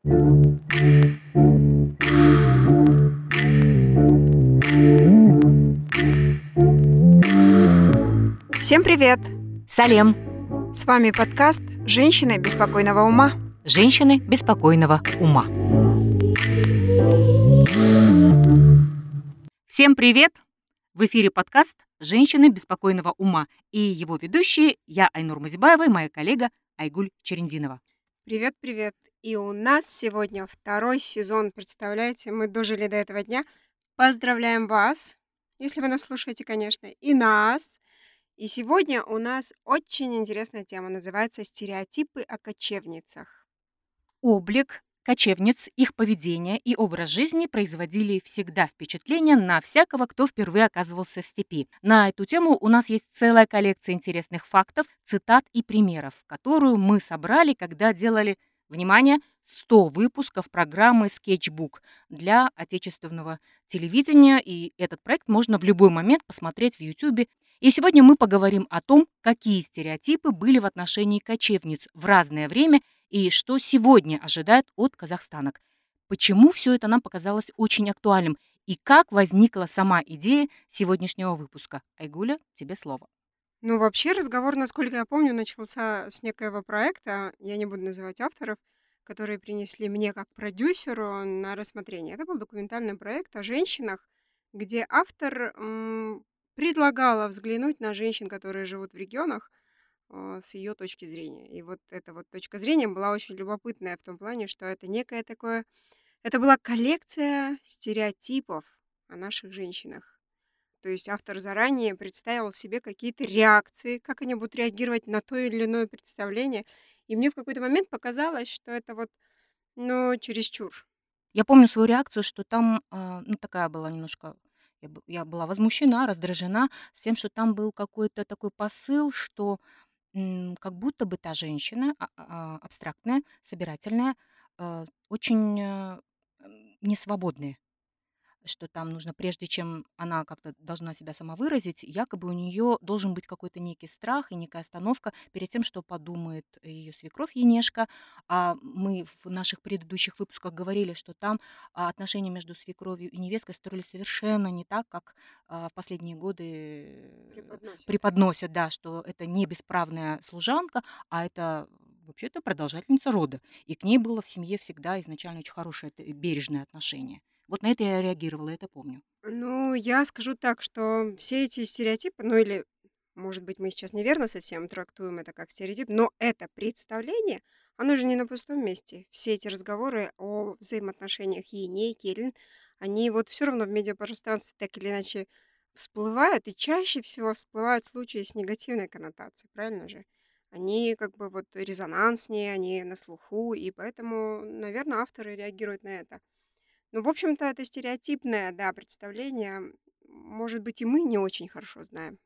Всем привет! Салем! С вами подкаст «Женщины беспокойного ума». Женщины беспокойного ума. Всем привет! В эфире подкаст «Женщины беспокойного ума» и его ведущие я, Айнур Мазибаева, и моя коллега Айгуль Черендинова. Привет! И у нас сегодня второй сезон. Представляете, мы дожили до этого дня. Поздравляем вас, если вы нас слушаете, конечно, и нас. И сегодня у нас очень интересная тема, называется «Стереотипы о кочевницах». Облик кочевниц, их поведение и образ жизни производили всегда впечатление на всякого, кто впервые оказывался в степи. На эту тему у нас есть целая коллекция интересных фактов, цитат и примеров, которую мы собрали, когда делали, внимание, 100 выпусков программы «Скетчбук» для отечественного телевидения, и этот проект можно в любой момент посмотреть в YouTube. И сегодня мы поговорим о том, какие стереотипы были в отношении кочевниц в разное время и что сегодня ожидают от казахстанок. Почему все это нам показалось очень актуальным и как возникла сама идея сегодняшнего выпуска. Айгуля, тебе слово. Ну, вообще разговор, насколько я помню, начался с некоего проекта, я не буду называть авторов, которые принесли мне как продюсеру на рассмотрение. Это был документальный проект о женщинах, где автор предлагала взглянуть на женщин, которые живут в регионах, с ее точки зрения. И вот эта вот точка зрения была очень любопытная в том плане, что это некое такое... Это была коллекция стереотипов о наших женщинах. То есть автор заранее представил себе какие-то реакции, как они будут реагировать на то или иное представление. И мне в какой-то момент показалось, что это вот, ну, чересчур. Я помню свою реакцию, что там, такая была немножко, я была возмущена, раздражена с тем, что там был какой-то такой посыл, что как будто бы та женщина абстрактная, собирательная, очень несвободная. Что там нужно, прежде чем она как-то должна себя сама выразить, якобы у нее должен быть какой-то некий страх и некая остановка перед тем, что подумает ее свекровь Енешка. А мы в наших предыдущих выпусках говорили, что там отношения между свекровью и невесткой строились совершенно не так, как в последние годы Преподносят. преподносят, да, что это не бесправная служанка, а это вообще-то продолжательница рода. И к ней было в семье всегда изначально очень хорошее, бережное отношение. Вот на это я реагировала, это помню. Ну, я скажу так, что все эти стереотипы, ну или, может быть, мы сейчас неверно совсем трактуем это как стереотип, но это представление, оно же не на пустом месте. Все эти разговоры о взаимоотношениях Еней, Келин, они вот все равно в медиапространстве так или иначе всплывают, и чаще всего всплывают случаи с негативной коннотацией, правильно же? Они как бы вот резонанснее, они на слуху, и поэтому, наверное, авторы реагируют на это. Ну, в общем-то, это стереотипное, да, представление. Может быть, и мы не очень хорошо знаем.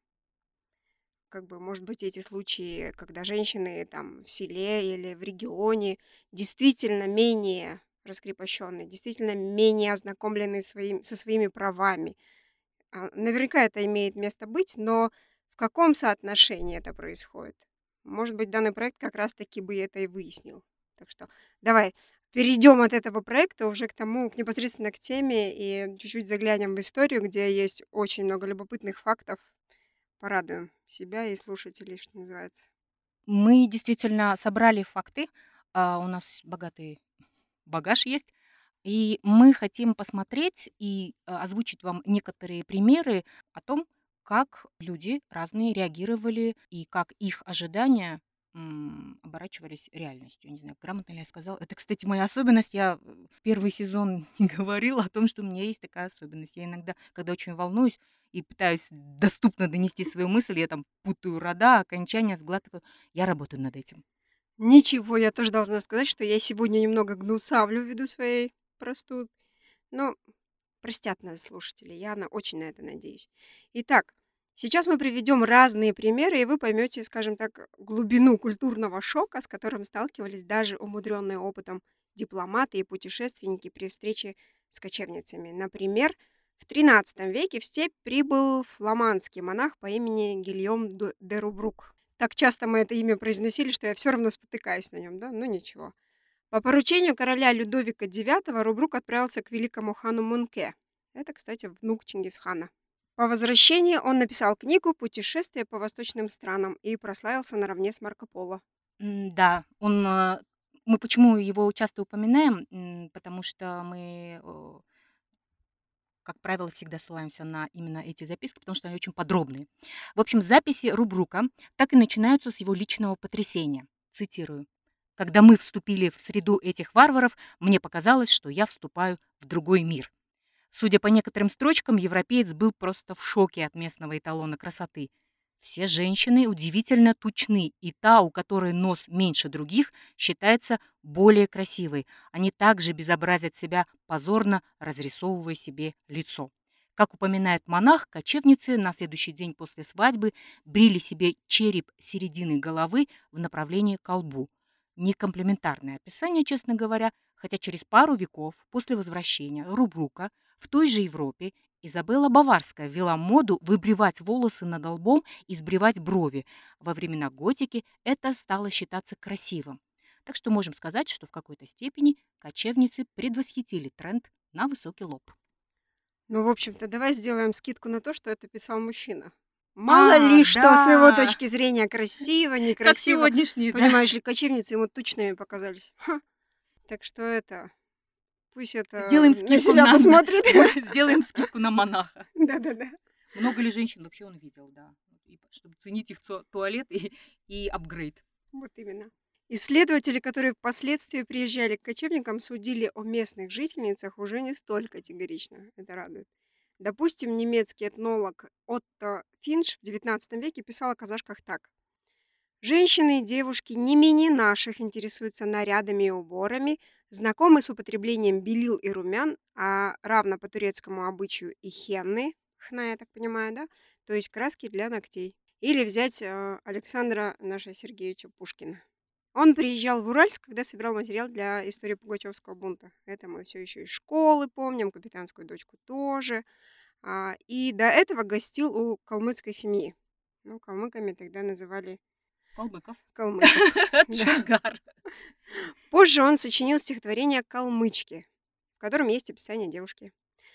Как бы, может быть, эти случаи, когда женщины там в селе или в регионе действительно менее раскрепощенные, действительно менее ознакомлены со своими правами. Наверняка это имеет место быть, но в каком соотношении это происходит? Может быть, данный проект как раз-таки бы это и выяснил. Так что давай перейдем от этого проекта уже к тому, непосредственно к теме и чуть-чуть заглянем в историю, где есть очень много любопытных фактов. Порадуем себя и слушателей, что называется. Мы действительно собрали факты, у нас богатый багаж есть, и мы хотим посмотреть и озвучить вам некоторые примеры о том, как люди разные реагировали и как их ожидания оборачивались реальностью. Не знаю, грамотно ли я сказала. Это, кстати, моя особенность. Я в первый сезон не говорила о том, что у меня есть такая особенность. Я иногда, когда очень волнуюсь и пытаюсь доступно донести свою мысль, я там путаю рода, окончания, сглатываю. Я работаю над этим. Ничего, я тоже должна сказать, что я сегодня немного гнусавлю ввиду своей простуды. Но простят нас слушатели, очень на это надеюсь. Итак, сейчас мы приведем разные примеры, и вы поймете, скажем так, глубину культурного шока, с которым сталкивались даже умудренные опытом дипломаты и путешественники при встрече с кочевницами. Например, в XIII веке в степь прибыл фламандский монах по имени Гильом де Рубрук. Так часто мы это имя произносили, что я все равно спотыкаюсь на нем, да? Ну ничего. По поручению короля Людовика IX Рубрук отправился к великому хану Мунке. Это, кстати, внук Чингисхана. По возвращении он написал книгу «Путешествие по восточным странам» и прославился наравне с Марко Поло. Да, мы почему его часто упоминаем? Потому что мы, как правило, всегда ссылаемся на именно эти записки, потому что они очень подробные. В общем, записи Рубрука так и начинаются с его личного потрясения. Цитирую. «Когда мы вступили в среду этих варваров, мне показалось, что я вступаю в другой мир». Судя по некоторым строчкам, европеец был просто в шоке от местного эталона красоты. Все женщины удивительно тучны, и та, у которой нос меньше других, считается более красивой. Они также безобразят себя, позорно разрисовывая себе лицо. Как упоминает монах, кочевницы на следующий день после свадьбы брили себе череп середины головы в направлении к лбу. Некомплиментарное описание, честно говоря, хотя через пару веков после возвращения Рубрука в той же Европе Изабелла Баварская ввела моду выбривать волосы над лбом и сбривать брови. Во времена готики это стало считаться красивым. Так что можем сказать, что в какой-то степени кочевницы предвосхитили тренд на высокий лоб. Ну, в общем-то, давай сделаем скидку на то, что это писал мужчина. Мало ли, что с его Да, точки зрения красиво, как некрасиво. сегодняшний, да. Понимаешь ли, кочевницы ему тучными показались. Ха. Так что это, пусть это Сделаем на скидку себя на, посмотрит. сделаем скидку на монаха. Да-да-да. Много ли женщин вообще он видел, да, чтобы ценить их туалет и апгрейд. Вот именно. Исследователи, которые впоследствии приезжали к кочевникам, судили о местных жительницах уже не столь категорично. Это радует. Допустим, немецкий этнолог Отто Финш в XIX веке писал о казашках так. Женщины и девушки не менее наших интересуются нарядами и уборами, знакомы с употреблением белил и румян, а равно по турецкому обычаю и хенны, хна, я так понимаю, да, то есть краски для ногтей. Или взять Александра нашего Сергеевича Пушкина. Он приезжал в Уральск, когда собирал материал для истории Пугачевского бунта. Это мы все еще из школы помним, капитанскую дочку тоже. И до этого гостил у калмыцкой семьи. Ну, калмыками тогда называли Калмыков. калмыков. Да. Чунгар. Позже он сочинил стихотворение «Калмычки», в котором есть описание девушки.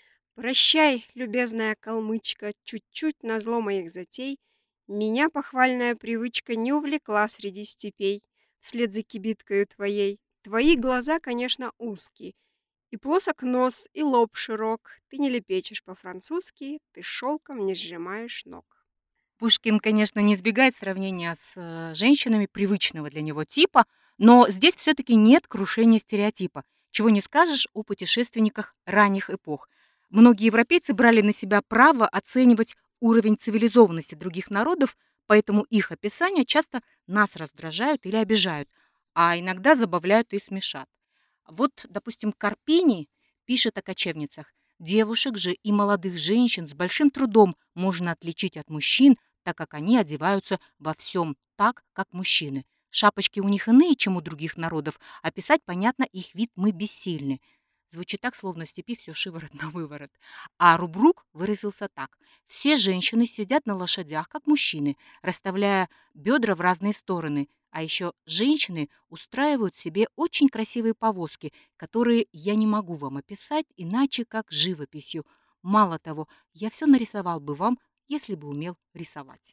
«Прощай, любезная калмычка, чуть-чуть назло моих затей, меня похвальная привычка не увлекла среди степей, вслед за кибиткою твоей. Твои глаза, конечно, узкие, и плосок нос, и лоб широк, ты не лепечешь по-французски, ты шелком не сжимаешь ног». Пушкин, конечно, не избегает сравнения с женщинами привычного для него типа, но здесь все-таки нет крушения стереотипа, чего не скажешь о путешественниках ранних эпох. Многие европейцы брали на себя право оценивать уровень цивилизованности других народов, поэтому их описания часто нас раздражают или обижают, а иногда забавляют и смешат. Вот, допустим, Карпини пишет о кочевницах. Девушек же и молодых женщин с большим трудом можно отличить от мужчин, так как они одеваются во всем так, как мужчины. Шапочки у них иные, чем у других народов, а писать, понятно, их вид мы бессильны. Звучит так, словно в степи все шиворот на выворот. А Рубрук выразился так. Все женщины сидят на лошадях, как мужчины, расставляя бедра в разные стороны. А еще женщины устраивают себе очень красивые повозки, которые я не могу вам описать иначе, как живописью. Мало того, я все нарисовал бы вам, если бы умел рисовать.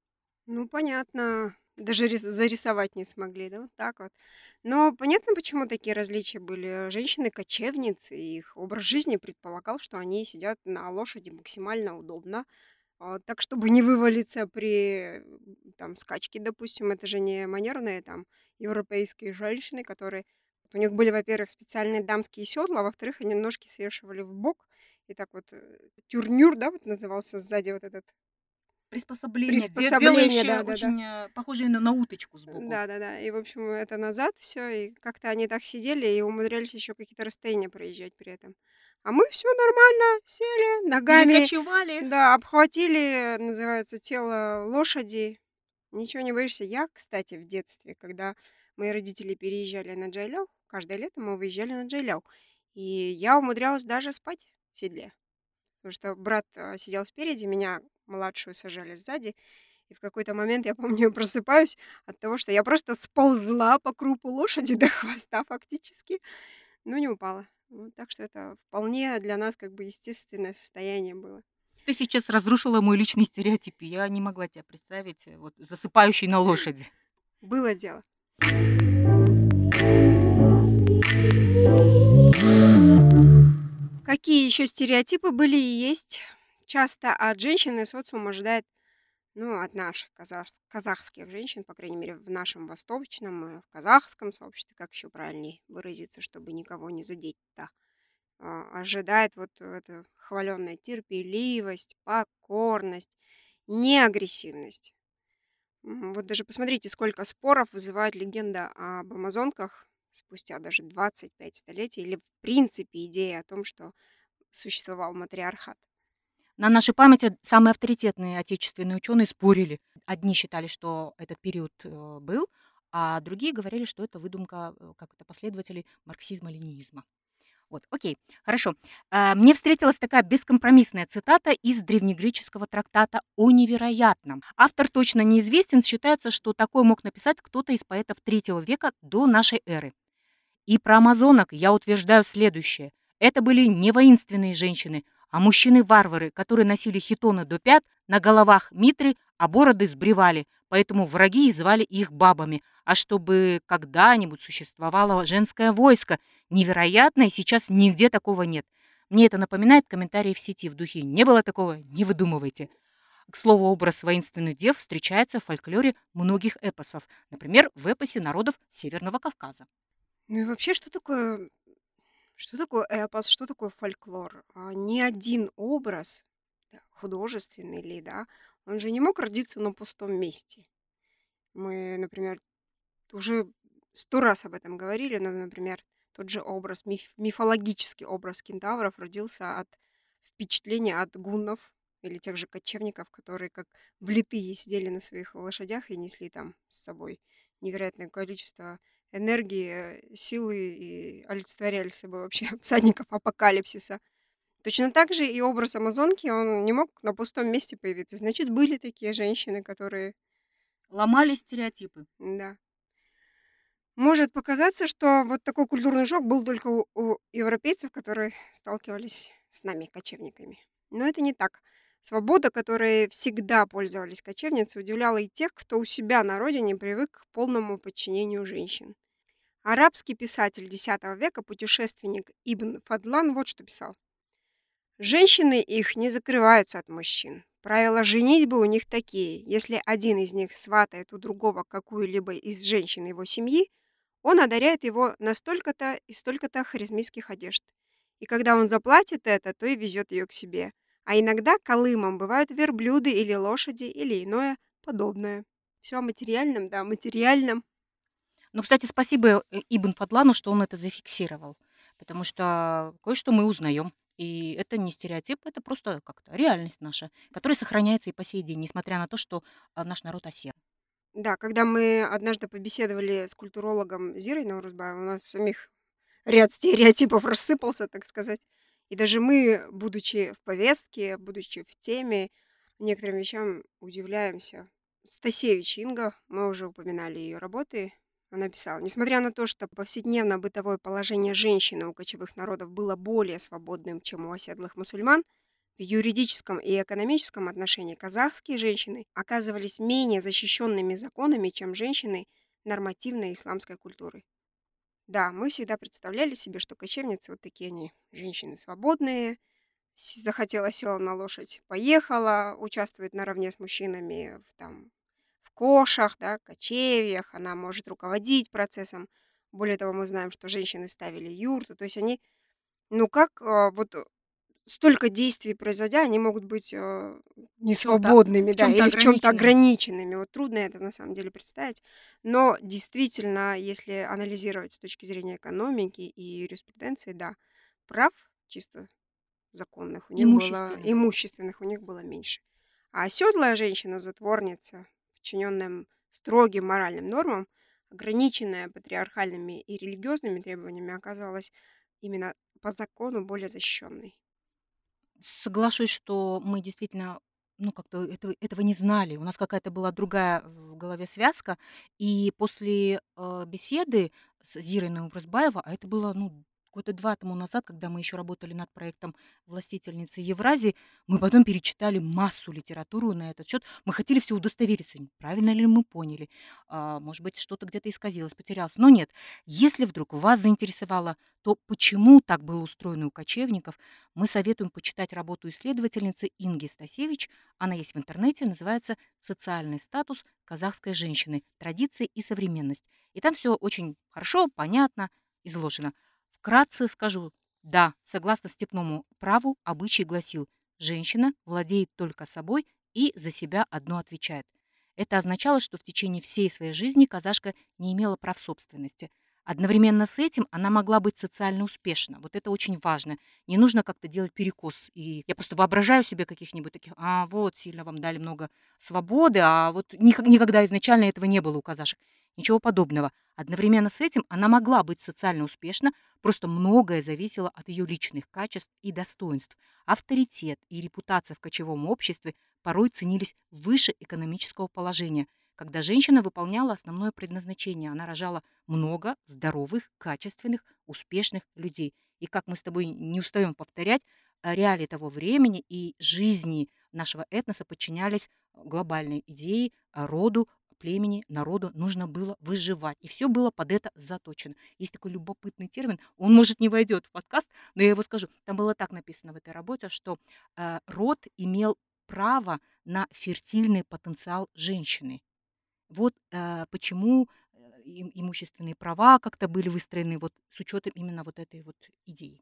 Ну, понятно. Даже зарисовать не смогли, да, вот так вот. Но понятно, почему такие различия были. Женщины-кочевницы, их образ жизни предполагал, что они сидят на лошади максимально удобно, так, чтобы не вывалиться при там скачке, допустим. Это же не манерные там европейские женщины, которые... вот у них были, во-первых, специальные дамские седла, а во-вторых, они ножки свешивали в бок. И так вот тюрнюр, да, вот назывался сзади вот этот Приспособление, приспособление, делающее да-да-да. очень похожее на уточку сбоку. Да-да-да. И, в общем, это назад все и как-то они так сидели и умудрялись еще какие-то расстояния проезжать при этом. А мы все нормально сели, ногами, Перекочевали. да, обхватили, называется, тело лошади. Ничего не боишься. Я, кстати, в детстве, когда мои родители переезжали на Джайляу, каждое лето мы выезжали на Джайляу, и я умудрялась даже спать в седле. Потому что брат, сидел спереди, меня младшую сажали сзади. И в какой-то момент, я помню, я просыпаюсь от того, что я просто сползла по крупу лошади до хвоста фактически, но не упала. Вот, так что это вполне для нас как бы естественное состояние было. Ты сейчас разрушила мой личный стереотип. Я не могла тебя представить, вот засыпающей на лошади. Было дело. Какие еще стереотипы были и есть? Часто от женщины социум ожидает, ну, от наших казахских женщин, по крайней мере, в нашем восточном, в казахском сообществе, как еще правильнее выразиться, чтобы никого не задеть-то, ожидает вот эта хваленная терпеливость, покорность, неагрессивность. Вот даже посмотрите, сколько споров вызывает легенда об амазонках спустя даже 25 столетий, или в принципе идея о том, что существовал матриархат. На нашей памяти самые авторитетные отечественные ученые спорили. Одни считали, что этот период был, а другие говорили, что это выдумка как это, последователей марксизма-ленинизма. Вот, окей, хорошо. Мне встретилась такая бескомпромиссная цитата из древнегреческого трактата о невероятном. Автор точно неизвестен, считается, что такое мог написать кто-то из поэтов третьего века до нашей эры. И про амазонок я утверждаю следующее. Это были не воинственные женщины, а мужчины-варвары, которые носили хитоны до пят, на головах митры, а бороды сбривали, поэтому враги и звали их бабами. А чтобы когда-нибудь существовало женское войско, невероятно, и сейчас нигде такого нет. Мне это напоминает комментарии в сети в духе «не было такого, не выдумывайте». К слову, образ воинственных дев встречается в фольклоре многих эпосов, например, в эпосе народов Северного Кавказа. Ну и вообще, что такое эпос, что такое фольклор? Ни один образ, да, художественный ли, да, он же не мог родиться на пустом месте. Мы, например, уже 100 раз об этом говорили, но, например, тот же образ, мифологический образ кентавров родился от впечатления от гуннов или тех же кочевников, которые как влитые сидели на своих лошадях и несли там с собой невероятное количество энергии, силы и олицетворяли собой вообще всадников апокалипсиса. Точно так же и образ амазонки, он не мог на пустом месте появиться. Значит, были такие женщины, которые, Ломали стереотипы. да. Может показаться, что вот такой культурный шок был только у европейцев, которые сталкивались с нами, кочевниками. Но это не так. Свобода, которой всегда пользовались кочевницы, удивляла и тех, кто у себя на родине привык к полному подчинению женщин. Арабский писатель X века, путешественник Ибн Фадлан, вот что писал. Женщины их не закрываются от мужчин. Правила женитьбы у них такие. Если один из них сватает у другого какую-либо из женщин его семьи, он одаряет его на столько-то и столько-то харизмийских одежд. И когда он заплатит это, то и везет ее к себе. А иногда колымом бывают верблюды или лошади или иное подобное. Все о материальном, да, материальном. Ну, кстати, спасибо Ибн Фадлану, что он это зафиксировал, потому что кое-что мы узнаем. И это не стереотип, это просто как-то реальность наша, которая сохраняется и по сей день, несмотря на то, что наш народ осел. Да, когда мы однажды побеседовали с культурологом Зирой Наурузбаевой, у нас у самих ряд стереотипов рассыпался, так сказать. И даже мы, будучи в повестке, будучи в теме, некоторым вещам удивляемся. Стасевич Инга, мы уже упоминали ее работы, она писала, несмотря на то, что повседневно-бытовое положение женщины у кочевых народов было более свободным, чем у оседлых мусульман, в юридическом и экономическом отношении казахские женщины оказывались менее защищенными законами, чем женщины нормативной исламской культуры. Да, мы всегда представляли себе, что кочевницы вот такие они, женщины свободные, захотела, села на лошадь, поехала, участвует наравне с мужчинами в кошах, да, кочевьях, она может руководить процессом. Более того, мы знаем, что женщины ставили юрту, то есть они, ну как, столько действий производя, они могут быть несвободными, В да, чем-то или в чем-то ограниченными. ограниченными. Вот трудно это на самом деле представить. Но действительно, если анализировать с точки зрения экономики и юриспруденции, да, прав чисто законных у них было, Имущественных. имущественных у них было меньше. А оседлая женщина, затворница, подчиненная строгим моральным нормам, ограниченная патриархальными и религиозными требованиями, оказалась именно по закону более защищенной. Соглашусь, что мы действительно ну, как-то этого не знали. У нас какая-то была другая в голове связка. И после, беседы с Зирой Наурызбаева, а это было, ну, года 2 тому назад, когда мы еще работали над проектом "Властительницы Евразии", мы потом перечитали массу литературу на этот счет. Мы хотели все удостовериться, правильно ли мы поняли, может быть, что-то где-то исказилось, потерялось. Но нет, если вдруг вас заинтересовало то, почему так было устроено у кочевников, мы советуем почитать работу исследовательницы Инги Стасевич. Она есть в интернете, называется "Социальный статус казахской женщины. Традиции и современность". И там все очень хорошо, понятно изложено. Вкратце скажу: да, согласно степному праву, обычай гласил: женщина владеет только собой и за себя одно отвечает. Это означало, что в течение всей своей жизни казашка не имела прав собственности. Одновременно с этим она могла быть социально успешна. Вот это очень важно. Не нужно как-то делать перекос. И я просто воображаю себе каких-нибудь таких: вот сильно вам дали много свободы, а вот никогда изначально этого не было у казашек. Ничего подобного. Одновременно с этим она могла быть социально успешна, просто многое зависело от ее личных качеств и достоинств. Авторитет и репутация в кочевом обществе порой ценились выше экономического положения. Когда женщина выполняла основное предназначение, она рожала много здоровых, качественных, успешных людей. И как мы с тобой не устаем повторять, реалии того времени и жизни нашего этноса подчинялись глобальной идее роду, племени, народу нужно было выживать. И все было под это заточено. Есть такой любопытный термин, он, может, не войдет в подкаст, но я его скажу. Там было так написано в этой работе, что род имел право на фертильный потенциал женщины. Вот, почему, имущественные права как-то были выстроены вот с учетом именно вот этой вот идеи.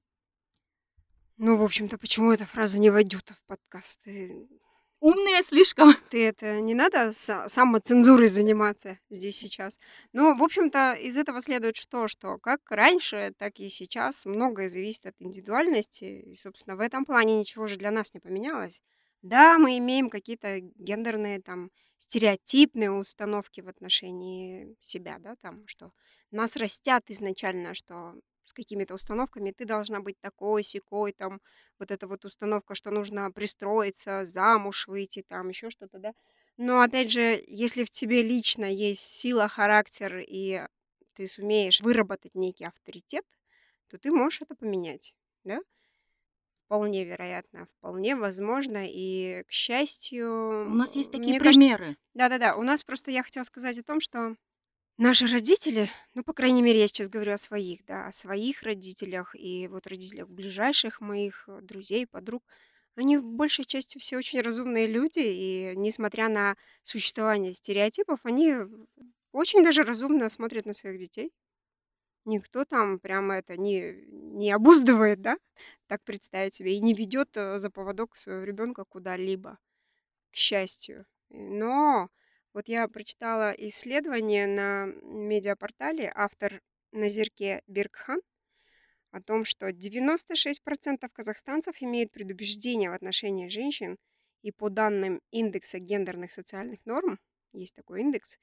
Ну, в общем-то, почему эта фраза не войдет в подкаст? Умные слишком. Ты это не надо самоцензурой заниматься здесь сейчас. Ну, в общем-то, из этого следует что как раньше, так и сейчас многое зависит от индивидуальности. И, собственно, в этом плане ничего же для нас не поменялось. Да, мы имеем какие-то гендерные там стереотипные установки в отношении себя, да, там, что нас растят изначально, что с какими-то установками ты должна быть такой, сякой, там, вот эта вот установка, что нужно пристроиться, замуж выйти, там еще что-то, да. Но опять же, если в тебе лично есть сила, характер, и ты сумеешь выработать некий авторитет, то ты можешь это поменять, да? Вполне вероятно, вполне возможно. И, к счастью, У нас есть такие мне кажется, примеры. да-да-да, у нас просто я хотела сказать о том, что наши родители, ну, по крайней мере, я сейчас говорю о своих, да, о своих родителях и вот родителях ближайших моих друзей, подруг. Они в большей части все очень разумные люди, и несмотря на существование стереотипов, они очень даже разумно смотрят на своих детей. Никто там прямо это не обуздывает, да, так представить себе, и не ведет за поводок своего ребенка куда-либо, к счастью. Но вот я прочитала исследование на медиапортале, автор Назирке Биркхан, о том, что 96% казахстанцев имеют предубеждения в отношении женщин, и по данным индекса гендерных социальных норм, есть такой индекс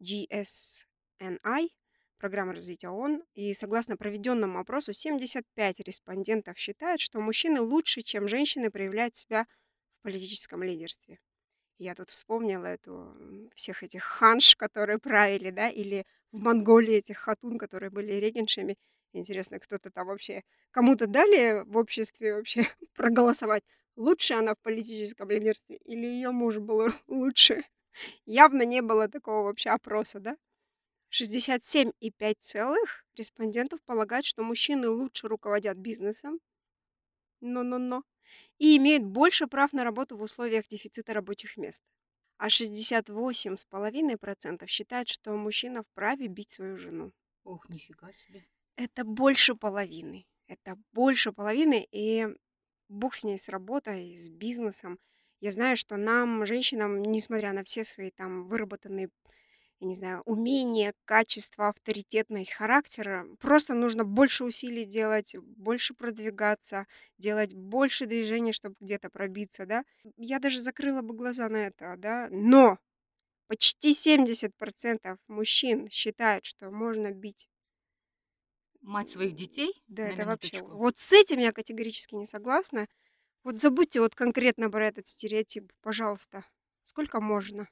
GSNI, программа развития ООН, и согласно проведенному опросу, 75 респондентов считают, что мужчины лучше, чем женщины, проявляют себя в политическом лидерстве. Я тут вспомнила всех этих ханш, которые правили, да, или в Монголии этих хатун, которые были регеншами. Интересно, кто-то там вообще, кому-то дали в обществе вообще проголосовать, лучше она в политическом лидерстве или ее муж был лучше? Явно не было такого вообще опроса, да? 67,5 респондентов полагают, что мужчины лучше руководят бизнесом, но, и имеют больше прав на работу в условиях дефицита рабочих мест. А 68,5% считают, что мужчина вправе бить свою жену. Ох, нифига себе. Это больше половины. Это больше половины, и бог с ней, с работой, с бизнесом. Я знаю, что нам, женщинам, несмотря на все свои там выработанные, я не знаю, умения, качества, авторитетность, характера, просто нужно больше усилий делать, больше продвигаться, делать больше движений, чтобы где-то пробиться, да. Я даже закрыла бы глаза на это, да, но почти 70% мужчин считают, что можно бить. Мать своих детей, Да, на это вообще... минуточку. Вот с этим я категорически не согласна. Вот забудьте вот конкретно про этот стереотип, пожалуйста. Сколько можно?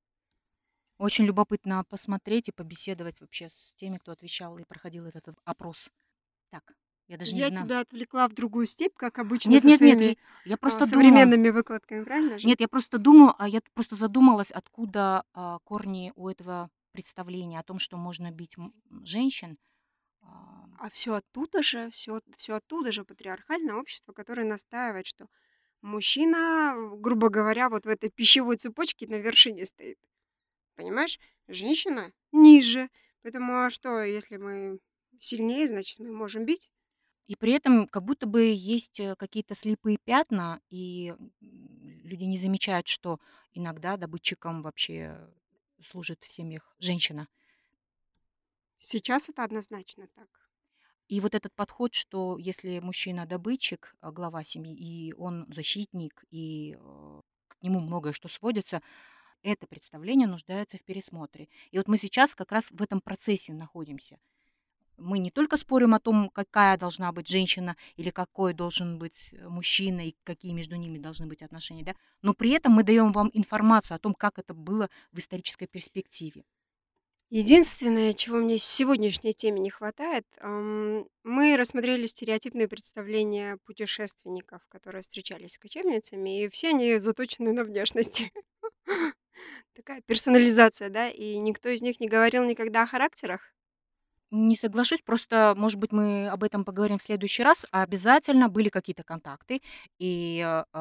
Очень любопытно посмотреть и побеседовать вообще с теми, кто отвечал и проходил этот опрос. Так, я даже не Я знаю. тебя отвлекла в другую степь, как обычно, Нет, со нет, нет, своими я просто думаю. современными выкладками, правильно же? Нет, я просто думаю, я просто задумалась, откуда корни у этого представления о том, что можно бить женщин. А, А все оттуда же, все оттуда же патриархальное общество, которое настаивает, что мужчина, грубо говоря, вот в этой пищевой цепочке на вершине стоит. Понимаешь? Женщина ниже. Поэтому, а что, если мы сильнее, значит, мы можем бить? И при этом как будто бы есть какие-то слепые пятна, и люди не замечают, что иногда добытчиком вообще служит в семьях женщина. Сейчас это однозначно так. И вот этот подход, что если мужчина добытчик, глава семьи, и он защитник, и к нему многое что сводится, это представление нуждается в пересмотре. И вот мы сейчас как раз в этом процессе находимся. Мы не только спорим о том, какая должна быть женщина или какой должен быть мужчина и какие между ними должны быть отношения, да, но при этом мы даем вам информацию о том, как это было в исторической перспективе. Единственное, чего мне в сегодняшней теме не хватает, мы рассмотрели стереотипные представления путешественников, которые встречались с кочевницами, и все они заточены на внешность. Такая персонализация, да, и никто из них не говорил никогда о характерах. Не соглашусь, просто, может быть, мы об этом поговорим в следующий раз. А обязательно были какие-то контакты, и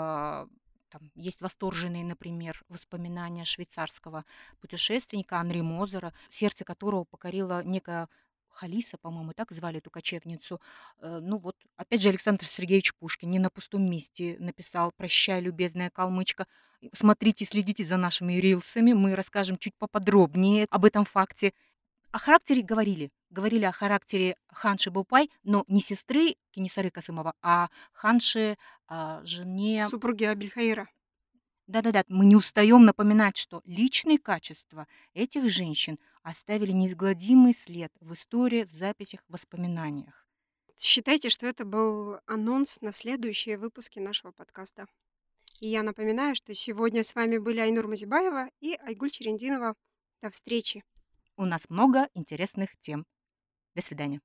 там есть восторженные, например, воспоминания швейцарского путешественника Анри Мозера, сердце которого покорила некая Халиса, по-моему, так звали эту кочевницу. Ну вот, опять же, Александр Сергеевич Пушкин не на пустом месте написал «Прощай, любезная калмычка». Смотрите, следите за нашими рилсами, мы расскажем чуть поподробнее об этом факте. О характере говорили. Говорили о характере ханши Бупай, но не сестры Кенесары Касымова, а ханши, жене. Супруги Абельхаира. Да-да-да, мы не устаем напоминать, что личные качества этих женщин оставили неизгладимый след в истории, в записях, в воспоминаниях. Считайте, что это был анонс на следующие выпуски нашего подкаста. И я напоминаю, что сегодня с вами были Айнур Мазибаева и Айгуль Черендинова. До встречи! У нас много интересных тем. До свидания.